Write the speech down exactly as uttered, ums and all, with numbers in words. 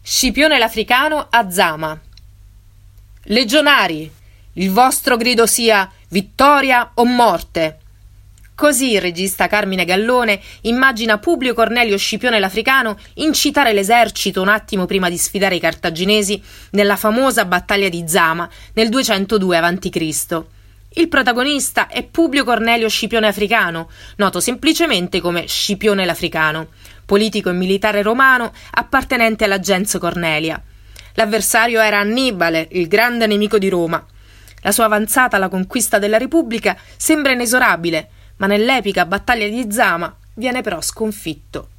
Scipione l'Africano a Zama. Legionari, il vostro grido sia vittoria o morte. Così il regista Carmine Gallone immagina Publio Cornelio Scipione l'Africano incitare l'esercito un attimo prima di sfidare i cartaginesi nella famosa battaglia di Zama nel duecentodue avanti Cristo Il protagonista è Publio Cornelio Scipione Africano, noto semplicemente come Scipione l'Africano, politico e militare romano appartenente alla gens Cornelia. L'avversario era Annibale, il grande nemico di Roma. La sua avanzata alla conquista della Repubblica sembra inesorabile, ma nell'epica battaglia di Zama viene però sconfitto.